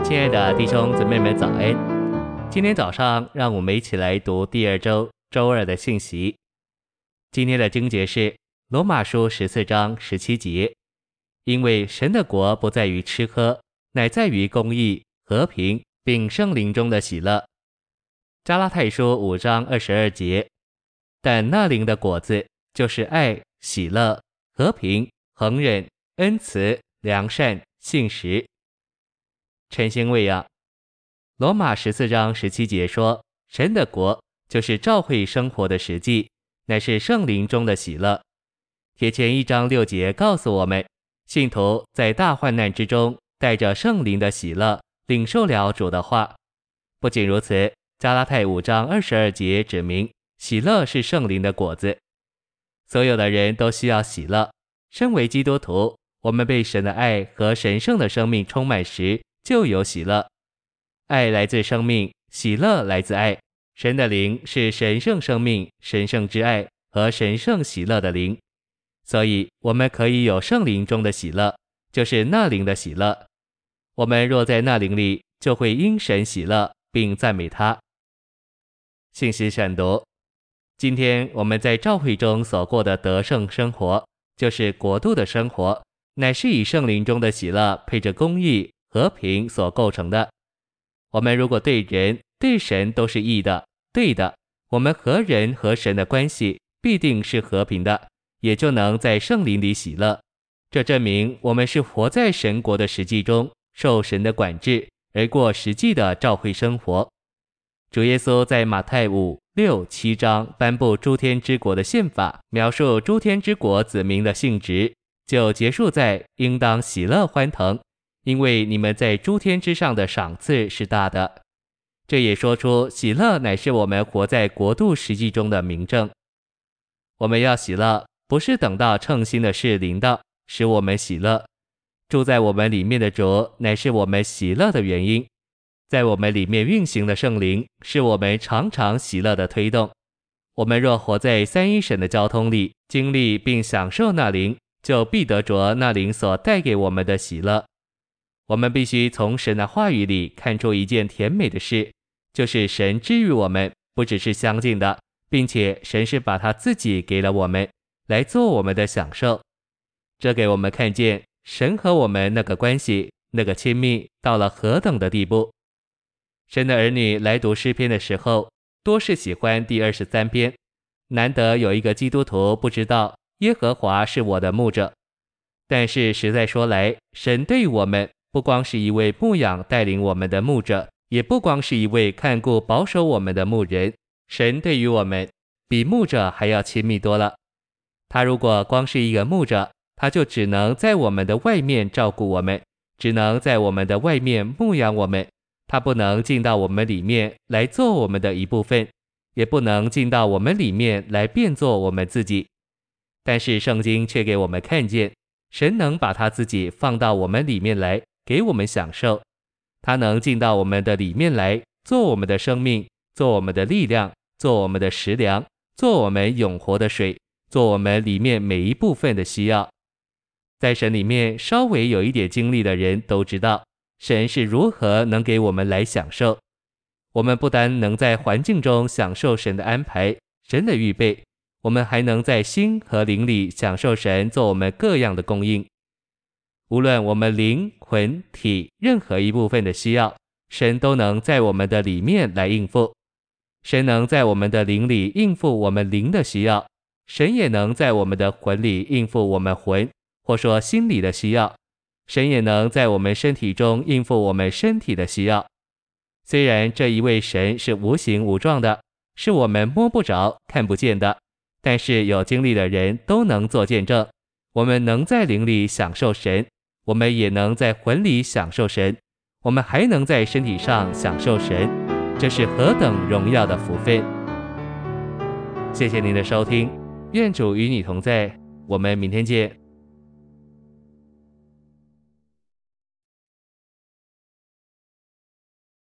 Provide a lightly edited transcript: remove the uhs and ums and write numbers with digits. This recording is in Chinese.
亲爱的弟兄姊妹们早安！今天早上让我们一起来读第二周周二的信息。今天的经节是罗马书14章17节，因为神的国不在于吃喝，乃在于公义、和平，并圣灵中的喜乐。加拉太书5章22节，但那灵的果子就是爱、喜乐、和平、恒忍、恩慈、良善、信实。晨星喂养。罗马14章17节说，神的国就是教会生活的实际，乃是圣灵中的喜乐。帖前1章6节告诉我们，信徒在大患难之中带着圣灵的喜乐领受了主的话。不仅如此，加拉太5章22节指明喜乐是圣灵的果子。所有的人都需要喜乐。身为基督徒，我们被神的爱和神圣的生命充满时，就有喜乐。爱来自生命，喜乐来自爱。神的灵是神圣生命、神圣之爱和神圣喜乐的灵，所以我们可以有圣灵中的喜乐，就是那灵的喜乐。我们若在那灵里，就会因神喜乐，并赞美他。信息选读。今天我们在教会中所过的得胜生活，就是国度的生活，乃是以圣灵中的喜乐配着公义、和平所构成的。我们如果对人、对神都是义的、对的，我们和人和神的关系必定是和平的，也就能在圣灵里喜乐。这证明我们是活在神国的实际中，受神的管制，而过实际的教会生活。主耶稣在马太5、6、7章颁布诸天之国的宪法，描述诸天之国子民的性质，就结束在应当喜乐欢腾，因为你们在诸天之上的赏赐是大的。这也说出喜乐乃是我们活在国度实际中的明证。我们要喜乐，不是等到称心的事临到，使我们喜乐。住在我们里面的主，乃是我们喜乐的原因。在我们里面运行的圣灵，是我们常常喜乐的推动。我们若活在三一神的交通里，经历并享受那灵，就必得着那灵所带给我们的喜乐。我们必须从神的话语里看出一件甜美的事，就是神治愈我们不只是相近的，并且神是把他自己给了我们，来做我们的享受。这给我们看见神和我们那个关系，那个亲密到了何等的地步。神的儿女来读诗篇的时候，多是喜欢第23篇。难得有一个基督徒不知道耶和华是我的牧者。但是实在说来，神对于我们不光是一位牧养带领我们的牧者，也不光是一位看顾保守我们的牧人。神对于我们比牧者还要亲密多了。他如果光是一个牧者，他就只能在我们的外面照顾我们，只能在我们的外面牧养我们，他不能进到我们里面来做我们的一部分，也不能进到我们里面来变作我们自己。但是圣经却给我们看见，神能把他自己放到我们里面来，给我们享受。他能进到我们的里面来，做我们的生命，做我们的力量，做我们的食粮，做我们永活的水，做我们里面每一部分的需要。在神里面稍微有一点经历的人都知道，神是如何能给我们来享受。我们不单能在环境中享受神的安排、神的预备，我们还能在心和灵里享受神做我们各样的供应。无论我们灵、魂、体任何一部分的需要，神都能在我们的里面来应付。神能在我们的灵里应付我们灵的需要，神也能在我们的魂里应付我们魂，或说心理的需要。神也能在我们身体中应付我们身体的需要。虽然这一位神是无形无状的，是我们摸不着、看不见的，但是有经历的人都能做见证。我们能在灵里享受神，我们也能在魂里享受神，我们还能在身体上享受神，这是何等荣耀的福分。谢谢您的收听，愿主与你同在，我们明天见。